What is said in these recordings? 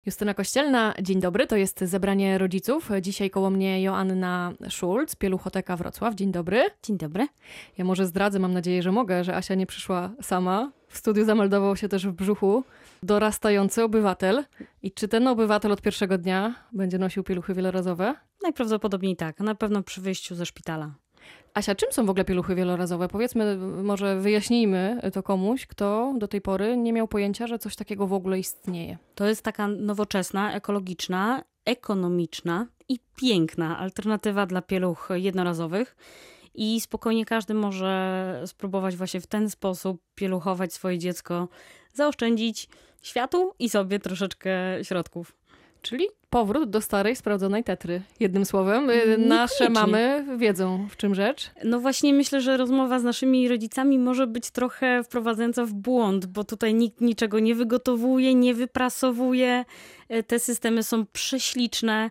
Justyna Kościelna, dzień dobry, to jest zebranie rodziców. Dzisiaj koło mnie Joanna Schulz, Pieluchoteka Wrocław. Dzień dobry. Dzień dobry. Ja może zdradzę, mam nadzieję, że mogę, że Asia nie przyszła sama. W studiu zameldował się też w brzuchu dorastający obywatel. I czy ten obywatel od pierwszego dnia będzie nosił pieluchy wielorazowe? Najprawdopodobniej tak, na pewno przy wyjściu ze szpitala. Asia, czym są w ogóle pieluchy wielorazowe? Powiedzmy, może wyjaśnijmy to komuś, kto do tej pory nie miał pojęcia, że coś takiego w ogóle istnieje. To jest taka nowoczesna, ekologiczna, ekonomiczna i piękna alternatywa dla pieluch jednorazowych. I spokojnie każdy może spróbować właśnie w ten sposób pieluchować swoje dziecko, zaoszczędzić światu i sobie troszeczkę środków. Czyli powrót do starej, sprawdzonej tetry. Jednym słowem, nasze mamy wiedzą, w czym rzecz. No właśnie myślę, że rozmowa z naszymi rodzicami może być trochę wprowadzająca w błąd, bo tutaj nikt niczego nie wygotowuje, nie wyprasowuje. Te systemy są prześliczne,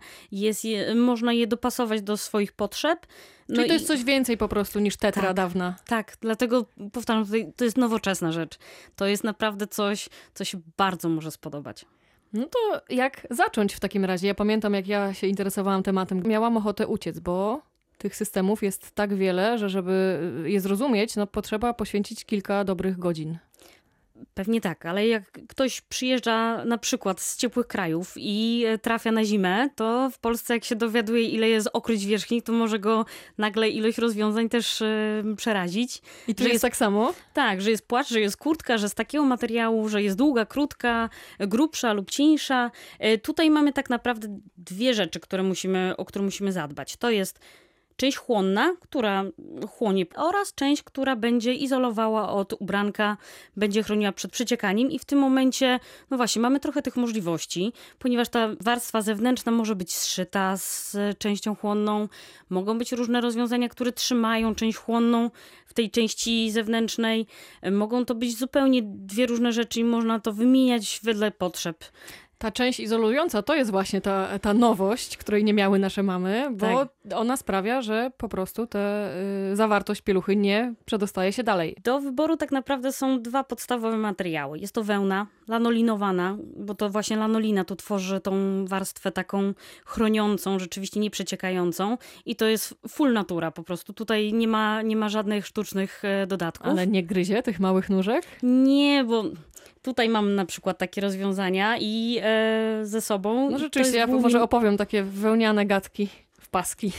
można je dopasować do swoich potrzeb. Czyli to jest coś więcej po prostu niż tetra dawna. Tak, dlatego powtarzam, to jest nowoczesna rzecz. To jest naprawdę coś, co się bardzo może spodobać. No to jak zacząć w takim razie? Ja pamiętam, jak ja się interesowałam tematem. Miałam ochotę uciec, bo tych systemów jest tak wiele, że żeby je zrozumieć, no potrzeba poświęcić kilka dobrych godzin. Pewnie tak, ale jak ktoś przyjeżdża na przykład z ciepłych krajów i trafia na zimę, to w Polsce jak się dowiaduje, ile jest okryć wierzchni, to może go nagle ilość rozwiązań też przerazić. I tu jest tak samo? Tak, że jest płaszcz, że jest kurtka, że z takiego materiału, że jest długa, krótka, grubsza lub cieńsza. Tutaj mamy tak naprawdę dwie rzeczy, o które musimy zadbać. To jest część chłonna, która chłonie, oraz część, która będzie izolowała od ubranka, będzie chroniła przed przeciekaniem i w tym momencie, no właśnie, mamy trochę tych możliwości, ponieważ ta warstwa zewnętrzna może być zszyta z częścią chłonną, mogą być różne rozwiązania, które trzymają część chłonną w tej części zewnętrznej, mogą to być zupełnie dwie różne rzeczy i można to wymieniać wedle potrzeb. Ta część izolująca to jest właśnie ta nowość, której nie miały nasze mamy, bo ona sprawia, że po prostu zawartość pieluchy nie przedostaje się dalej. Do wyboru tak naprawdę są dwa podstawowe materiały. Jest to wełna lanolinowana, bo to właśnie lanolina tu tworzy tą warstwę taką chroniącą, rzeczywiście nieprzeciekającą i to jest full natura po prostu. Tutaj nie ma żadnych sztucznych dodatków. Ale nie gryzie tych małych nóżek? Nie, bo tutaj mam na przykład takie rozwiązania i ze sobą. No rzeczywiście, ja może opowiem takie wełniane gadki w paski.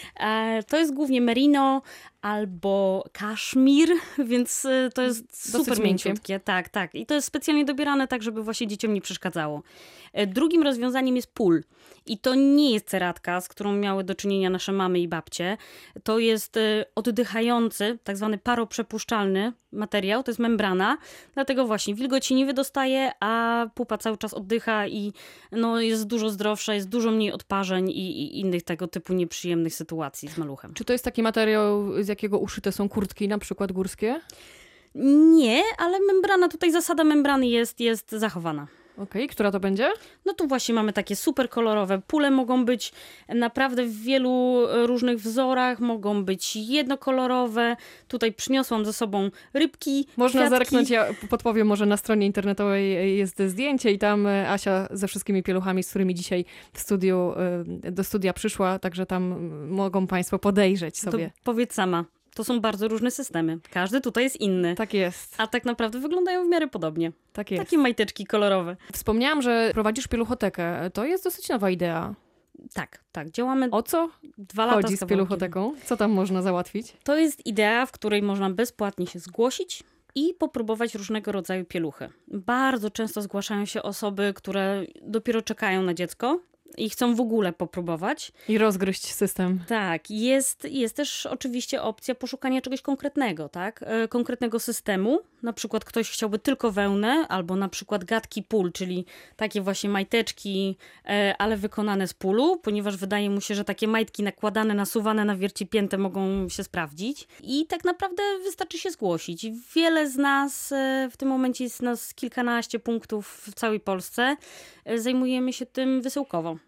To jest głównie merino albo kaszmir, więc to jest super mięciutkie. Tak, tak. I to jest specjalnie dobierane tak, żeby właśnie dzieciom nie przeszkadzało. Drugim rozwiązaniem jest pól. I to nie jest ceratka, z którą miały do czynienia nasze mamy i babcie. To jest oddychający, tak zwany paroprzepuszczalny materiał. To jest membrana. Dlatego właśnie wilgoć się nie wydostaje, a pupa cały czas oddycha i no, jest dużo zdrowsza, jest dużo mniej odparzeń i innych tego typu nieprzyjemnych sytuacji z maluchem. Czy to jest taki materiał, z jakiego uszyte są kurtki, na przykład górskie? Nie, ale zasada membrany jest zachowana. Okej, która to będzie? No tu właśnie mamy takie super kolorowe. Pule mogą być naprawdę w wielu różnych wzorach, mogą być jednokolorowe. Tutaj przyniosłam ze sobą rybki, Można kwiatki. zerknąć, ja podpowiem, może na stronie internetowej jest zdjęcie i tam Asia ze wszystkimi pieluchami, z którymi dzisiaj do studia przyszła, także tam mogą Państwo podejrzeć sobie. To powiedz sama. To są bardzo różne systemy. Każdy tutaj jest inny. Tak jest. A tak naprawdę wyglądają w miarę podobnie. Tak jest. Takie majteczki kolorowe. Wspomniałam, że prowadzisz pieluchotekę. To jest dosyć nowa idea. Tak. Działamy O co 2 lata chodzi z pieluchoteką? Co tam można załatwić? To jest idea, w której można bezpłatnie się zgłosić i popróbować różnego rodzaju pieluchy. Bardzo często zgłaszają się osoby, które dopiero czekają na dziecko i chcą w ogóle popróbować. I rozgryźć system. Tak, jest też oczywiście opcja poszukania czegoś konkretnego, tak? Konkretnego systemu. Na przykład ktoś chciałby tylko wełnę, albo na przykład gadki pól, czyli takie właśnie majteczki, ale wykonane z pólu, ponieważ wydaje mu się, że takie majtki nakładane, nasuwane na wiercipięte mogą się sprawdzić. I tak naprawdę wystarczy się zgłosić. Wiele z nas, w tym momencie jest nas kilkanaście punktów w całej Polsce, zajmujemy się tym wysyłkowo.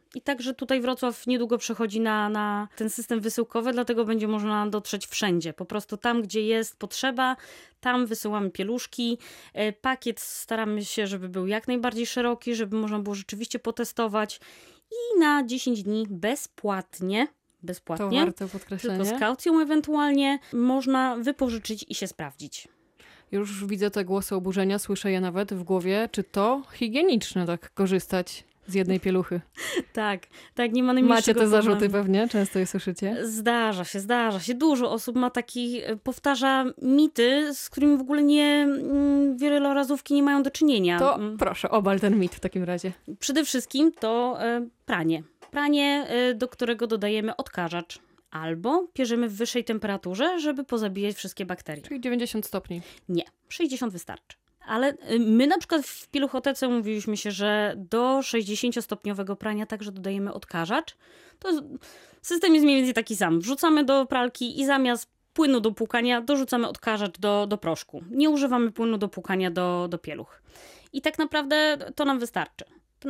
I także tutaj Wrocław niedługo przechodzi na ten system wysyłkowy, dlatego będzie można dotrzeć wszędzie. Po prostu tam, gdzie jest potrzeba, tam wysyłamy pieluszki. Pakiet staramy się, żeby był jak najbardziej szeroki, żeby można było rzeczywiście potestować. I na 10 dni bezpłatnie, To warte podkreślenia. tylko z kaucją ewentualnie, można wypożyczyć i się sprawdzić. Już widzę te głosy oburzenia, słyszę je nawet w głowie. Czy to higieniczne tak korzystać z jednej pieluchy? Tak, nie ma najmniejszego Macie te zarzuty problemu. pewnie? Często je słyszycie? Zdarza się. Dużo osób ma powtarza mity, z którymi w ogóle wielorazówki nie mają do czynienia. To proszę, obal ten mit w takim razie. Przede wszystkim to pranie. Pranie, do którego dodajemy odkażacz. Albo pierzymy w wyższej temperaturze, żeby pozabijać wszystkie bakterie. Czyli 90 stopni. Nie, 60 wystarczy. Ale my na przykład w Pieluchotece mówiliśmy się, że do 60-stopniowego prania także dodajemy odkażacz. System jest mniej więcej taki sam. Wrzucamy do pralki i zamiast płynu do płukania dorzucamy odkażacz do proszku. Nie używamy płynu do płukania do pieluch. I tak naprawdę to nam wystarczy.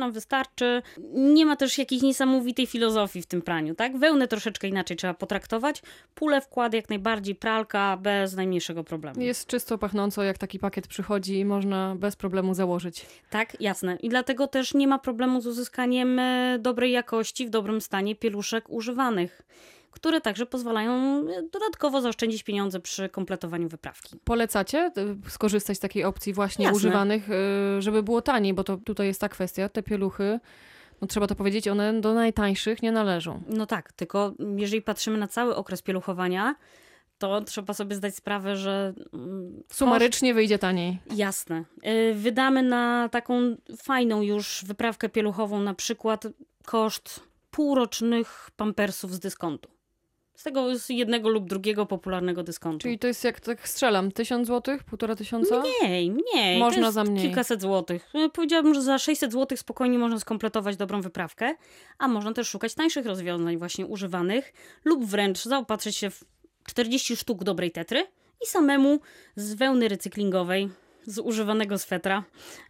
Nie ma też jakiejś niesamowitej filozofii w tym praniu, tak? Wełnę troszeczkę inaczej trzeba potraktować. Pulę wkład jak najbardziej, pralka bez najmniejszego problemu. Jest czysto pachnąco, jak taki pakiet przychodzi i można bez problemu założyć. Tak, jasne. I dlatego też nie ma problemu z uzyskaniem dobrej jakości, w dobrym stanie pieluszek używanych, które także pozwalają dodatkowo zaoszczędzić pieniądze przy kompletowaniu wyprawki. Polecacie skorzystać z takiej opcji właśnie Jasne. używanych, żeby było taniej, bo to tutaj jest ta kwestia, te pieluchy, no trzeba to powiedzieć, one do najtańszych nie należą. No tak, tylko jeżeli patrzymy na cały okres pieluchowania, to trzeba sobie zdać sprawę, że Sumarycznie wyjdzie taniej. Jasne. Wydamy na taką fajną już wyprawkę pieluchową na przykład koszt półrocznych pampersów z dyskontu. Z tego z jednego lub drugiego popularnego dyskontu. Czyli to jest, jak tak strzelam, 1000 zł, 1500? Mniej. Można to jest za mniej. Kilkaset złotych. Powiedziałabym, że za 600 złotych spokojnie można skompletować dobrą wyprawkę, a można też szukać tańszych rozwiązań właśnie używanych lub wręcz zaopatrzyć się w 40 sztuk dobrej tetry i samemu z wełny recyklingowej, z używanego swetra,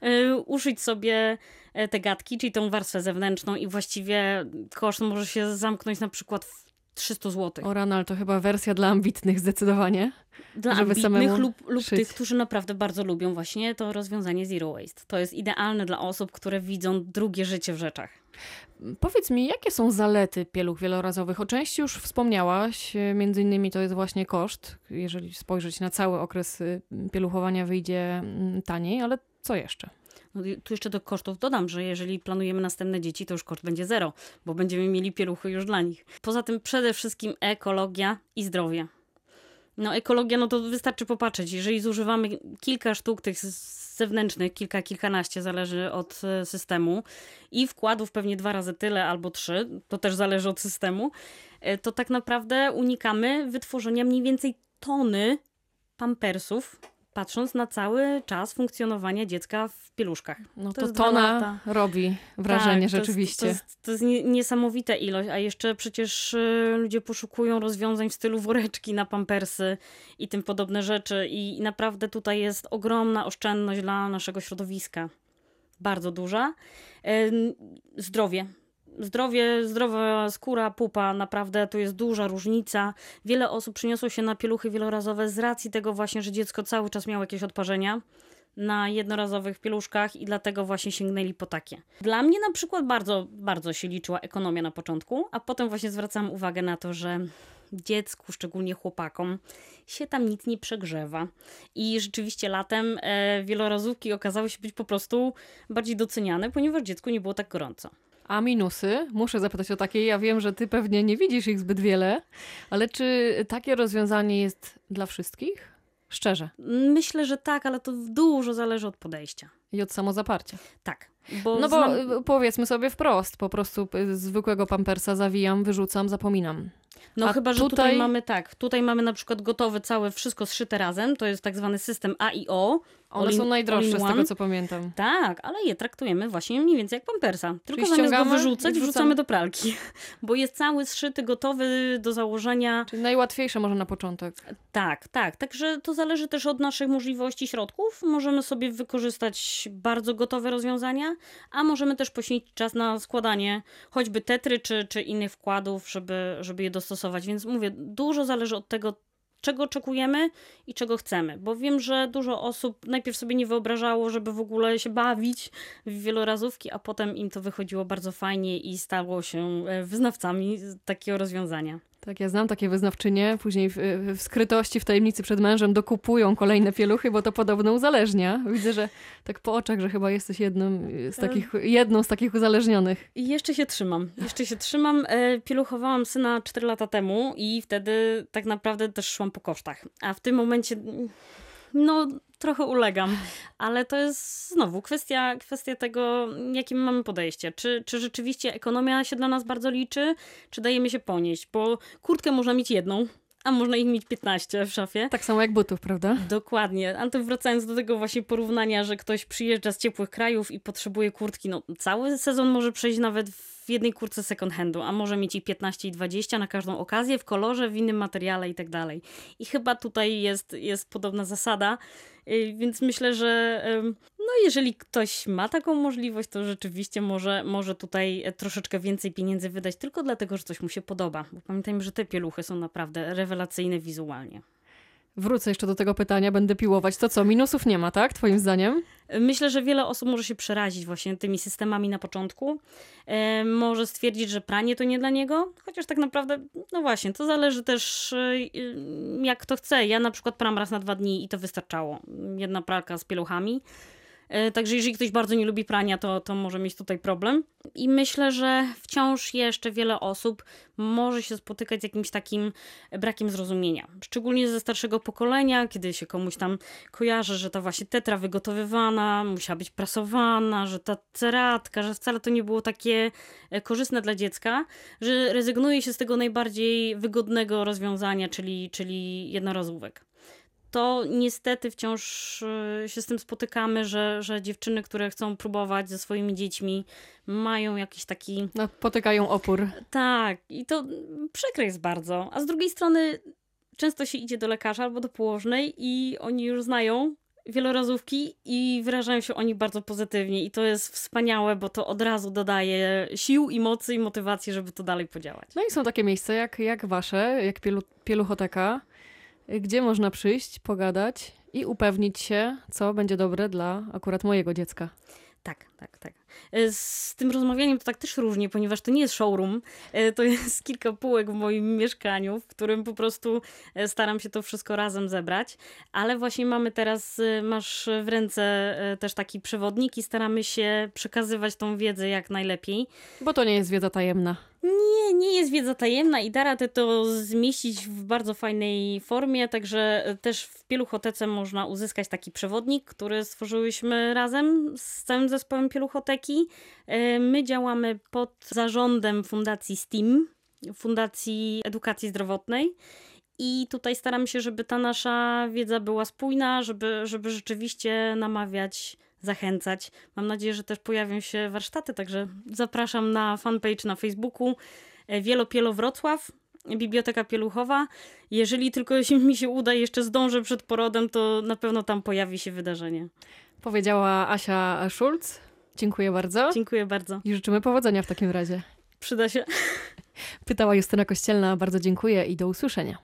uszyć sobie te gadki, czyli tą warstwę zewnętrzną i właściwie koszt może się zamknąć na przykład w 300 zł. O rany, ale to chyba wersja dla ambitnych zdecydowanie. Dla żeby ambitnych samemu lub szyć. tych, którzy naprawdę bardzo lubią właśnie to rozwiązanie Zero Waste. To jest idealne dla osób, które widzą drugie życie w rzeczach. Powiedz mi, jakie są zalety pieluch wielorazowych? O części już wspomniałaś, między innymi to jest właśnie koszt. Jeżeli spojrzeć na cały okres pieluchowania, wyjdzie taniej, ale co jeszcze? No i tu jeszcze do kosztów dodam, że jeżeli planujemy następne dzieci, to już koszt będzie zero, bo będziemy mieli pieluchy już dla nich. Poza tym przede wszystkim ekologia i zdrowie. No ekologia, no to wystarczy popatrzeć. Jeżeli zużywamy kilka sztuk tych zewnętrznych, kilkanaście, zależy od systemu i wkładów pewnie 2 razy tyle albo 3, to też zależy od systemu, to tak naprawdę unikamy wytworzenia mniej więcej tony pampersów, patrząc na cały czas funkcjonowania dziecka w pieluszkach. No to jest 2 tona lata. robi wrażenie Tak, rzeczywiście. To jest niesamowita ilość, a jeszcze przecież ludzie poszukują rozwiązań w stylu woreczki na pampersy i tym podobne rzeczy i naprawdę tutaj jest ogromna oszczędność dla naszego środowiska. Bardzo duża. Zdrowie. Zdrowa skóra, pupa, naprawdę to jest duża różnica. Wiele osób przyniosło się na pieluchy wielorazowe z racji tego właśnie, że dziecko cały czas miało jakieś odparzenia na jednorazowych pieluszkach i dlatego właśnie sięgnęli po takie. Dla mnie na przykład bardzo, bardzo się liczyła ekonomia na początku, a potem właśnie zwracam uwagę na to, że dziecku, szczególnie chłopakom, się tam nic nie przegrzewa. I rzeczywiście latem wielorazówki okazały się być po prostu bardziej doceniane, ponieważ dziecku nie było tak gorąco. A minusy? Muszę zapytać o takie. Ja wiem, że ty pewnie nie widzisz ich zbyt wiele, ale czy takie rozwiązanie jest dla wszystkich? Szczerze. Myślę, że tak, ale to dużo zależy od podejścia. I od samozaparcia. Tak. Bo powiedzmy sobie wprost, po prostu zwykłego pampersa zawijam, wyrzucam, zapominam. No A chyba, że tutaj mamy tak, tutaj mamy na przykład gotowe całe wszystko zszyte razem, to jest tak zwany system AIO, One są najdroższe z all in tego, one. co pamiętam. Tak, ale je traktujemy właśnie mniej więcej jak pampersa. Tylko Czyli zamiast go ściągamy wyrzucać, i wrzucamy do pralki. Bo jest cały zszyty, gotowy do założenia. Czyli najłatwiejsze może na początek. Tak, tak. Także to zależy też od naszych możliwości i środków. Możemy sobie wykorzystać bardzo gotowe rozwiązania, a możemy też poświęcić czas na składanie choćby tetry czy innych wkładów, żeby je dostosować. Więc mówię, dużo zależy od tego, czego oczekujemy i czego chcemy. Bo wiem, że dużo osób najpierw sobie nie wyobrażało, żeby w ogóle się bawić w wielorazówki, a potem im to wychodziło bardzo fajnie i stało się wyznawcami takiego rozwiązania. Tak, ja znam takie wyznawczynie, później w skrytości, w tajemnicy przed mężem dokupują kolejne pieluchy, bo to podobno uzależnia. Widzę, że tak po oczach, że chyba jesteś jedną z takich uzależnionych. I jeszcze się trzymam. Pieluchowałam syna 4 lata temu i wtedy tak naprawdę też szłam po kosztach. A w tym momencie trochę ulegam, ale to jest znowu kwestia tego, jakie my mamy podejście. Czy rzeczywiście ekonomia się dla nas bardzo liczy, czy dajemy się ponieść? Bo kurtkę można mieć jedną, a można ich mieć 15 w szafie. Tak samo jak butów, prawda? Dokładnie. A to wracając do tego właśnie porównania, że ktoś przyjeżdża z ciepłych krajów i potrzebuje kurtki, cały sezon może przejść nawet w jednej kurtce second handu, a może mieć i 15 i 20 na każdą okazję, w kolorze, w innym materiale i tak dalej. I chyba tutaj jest podobna zasada, więc myślę, że jeżeli ktoś ma taką możliwość, to rzeczywiście może tutaj troszeczkę więcej pieniędzy wydać tylko dlatego, że coś mu się podoba. Bo pamiętajmy, że te pieluchy są naprawdę rewelacyjne wizualnie. Wrócę jeszcze do tego pytania, będę piłować. To co, minusów nie ma, tak? Twoim zdaniem? Myślę, że wiele osób może się przerazić właśnie tymi systemami na początku. Może stwierdzić, że pranie to nie dla niego, chociaż tak naprawdę, właśnie, to zależy też jak kto chce. Ja na przykład pram raz na 2 dni i to wystarczało. Jedna pralka z pieluchami. Także jeżeli ktoś bardzo nie lubi prania, to może mieć tutaj problem. I myślę, że wciąż jeszcze wiele osób może się spotykać z jakimś takim brakiem zrozumienia. Szczególnie ze starszego pokolenia, kiedy się komuś tam kojarzy, że ta właśnie tetra wygotowywana musiała być prasowana, że ta ceratka, że wcale to nie było takie korzystne dla dziecka, że rezygnuje się z tego najbardziej wygodnego rozwiązania, czyli jednorazówek. To niestety wciąż się z tym spotykamy, że dziewczyny, które chcą próbować ze swoimi dziećmi, mają jakiś taki... Potykają opór. Tak, i to przykre jest bardzo. A z drugiej strony często się idzie do lekarza albo do położnej i oni już znają wielorazówki i wyrażają się o nich bardzo pozytywnie. I to jest wspaniałe, bo to od razu dodaje sił i mocy i motywacji, żeby to dalej podziałać. No i są takie miejsca jak wasze, jak Pieluchoteka, gdzie można przyjść, pogadać i upewnić się, co będzie dobre dla akurat mojego dziecka. Tak. Z tym rozmawianiem to tak też różnie, ponieważ to nie jest showroom, to jest kilka półek w moim mieszkaniu, w którym po prostu staram się to wszystko razem zebrać, ale właśnie masz w ręce też taki przewodnik i staramy się przekazywać tą wiedzę jak najlepiej. Bo to nie jest wiedza tajemna. Nie jest wiedza tajemna i da radę to zmieścić w bardzo fajnej formie, także też w Pieluchotece można uzyskać taki przewodnik, który stworzyłyśmy razem z całym zespołem Pieluchoteki. My działamy pod zarządem Fundacji STEAM, Fundacji Edukacji Zdrowotnej. I tutaj staramy się, żeby ta nasza wiedza była spójna, żeby rzeczywiście namawiać, zachęcać. Mam nadzieję, że też pojawią się warsztaty, także zapraszam na fanpage na Facebooku Wielopielo Wrocław, Biblioteka Pieluchowa. Jeżeli tylko mi się uda, jeszcze zdążę przed porodem, to na pewno tam pojawi się wydarzenie. Powiedziała Asia Schulz. Dziękuję bardzo. Dziękuję bardzo. I życzymy powodzenia w takim razie. Przyda się. Pytała Justyna Kościelna. Bardzo dziękuję i do usłyszenia.